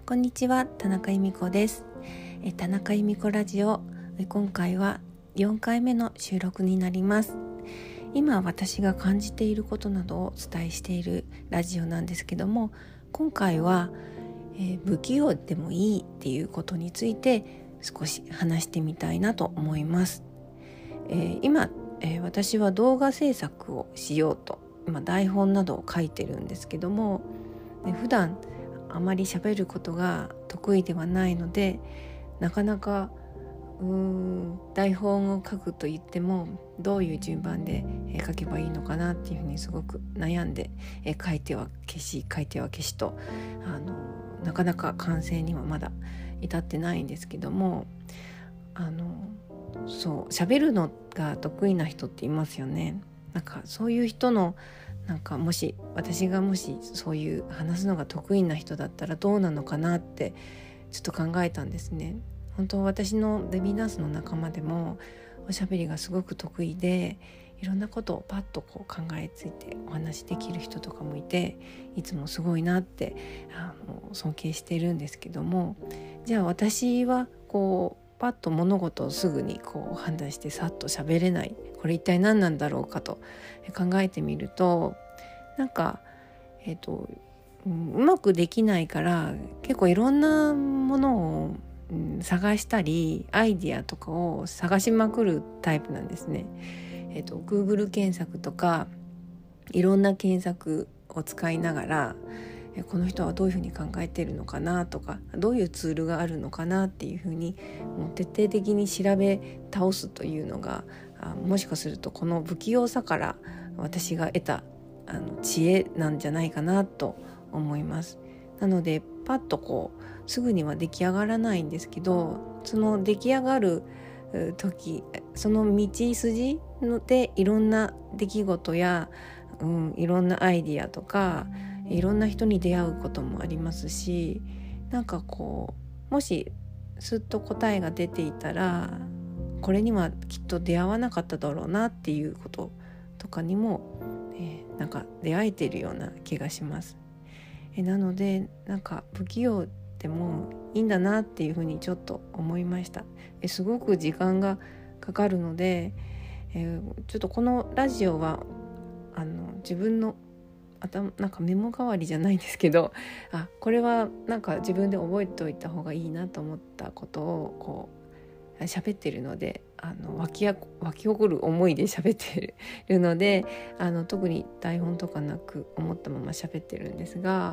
こんにちは、田中由美子です。田中由美子ラジオ、今回は4回目の収録になります。今私が感じていることなどをお伝えしているラジオなんですけども、今回は、不器用でもいいっていうことについて少し話してみたいなと思います。今、私は動画制作をしようと今台本などを書いてるんですけども、普段あまり喋ることが得意ではないので、なかなか台本を書くと言ってもどういう順番で書けばいいのかなっていうふうにすごく悩んで、書いては消しとなかなか完成にはまだ至ってないんですけども、そう喋るのが得意な人っていますよね。なんかそういう人の私がもしそういう話すのが得意な人だったらどうなのかなってちょっと考えたんですね。本当私のベビーダンスの仲間でもおしゃべりがすごく得意で、いろんなことをパッと考えついてお話できる人とかもいて、いつもすごいなって尊敬しているんですけども、じゃあ私はパッと物事をすぐに判断してさっと喋れない、これ一体何なんだろうかと考えてみると、うまくできないから結構いろんなものを探したりアイディアとかを探しまくるタイプなんですね。Google 検索とかいろんな検索を使いながら、この人はどういうふうに考えているのかなとか、どういうツールがあるのかなっていうふうにもう徹底的に調べ倒すというのが、もしかするとこの不器用さから私が得た知恵なんじゃないかなと思います。なのでパッとすぐには出来上がらないんですけど、その出来上がる時、その道筋でいろんな出来事や、いろんなアイディアとかいろんな人に出会うこともありますし、もしすっと答えが出ていたらこれにはきっと出会わなかっただろうなっていうこととかにも、出会えているような気がします。なので不器用でもいいんだなっていうふうにちょっと思いました。すごく時間がかかるので、ちょっとこのラジオは自分のメモ代わりじゃないんですけど、これは自分で覚えておいた方がいいなと思ったことを喋ってるので、湧き起こる思いで喋ってるので、特に台本とかなく思ったまま喋ってるんですが、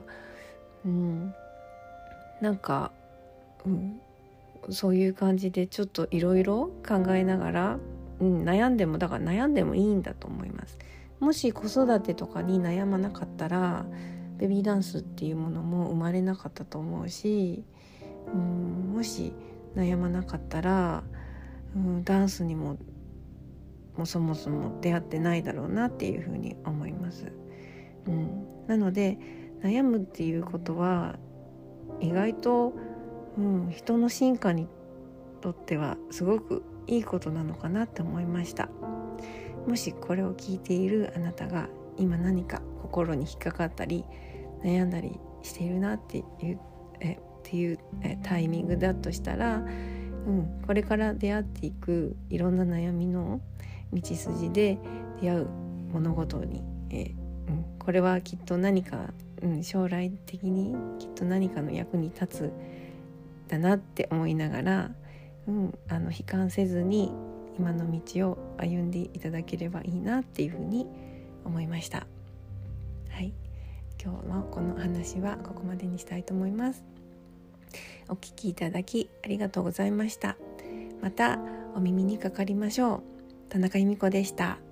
そういう感じでちょっといろいろ考えながら、悩んでもいいんだと思います。もし子育てとかに悩まなかったらベビーダンスっていうものも生まれなかったと思うし、もし悩まなかったら、ダンスにもそもそも出会ってないだろうなっていうふうに思います。なので悩むっていうことは意外と、人の進化にとってはすごくいいことなのかなって思いました。もしこれを聞いているあなたが今何か心に引っかかったり悩んだりしているなっていうタイミングだとしたら、これから出会っていくいろんな悩みの道筋で出会う物事に、これはきっと何か、将来的にきっと何かの役に立つだなって思いながら、悲観せずに今の道を歩んでいただければいいなっていうふうに思いました。はい、今日のこの話はここまでにしたいと思います。お聞きいただきありがとうございました。またお耳にかかりましょう。田中由美子でした。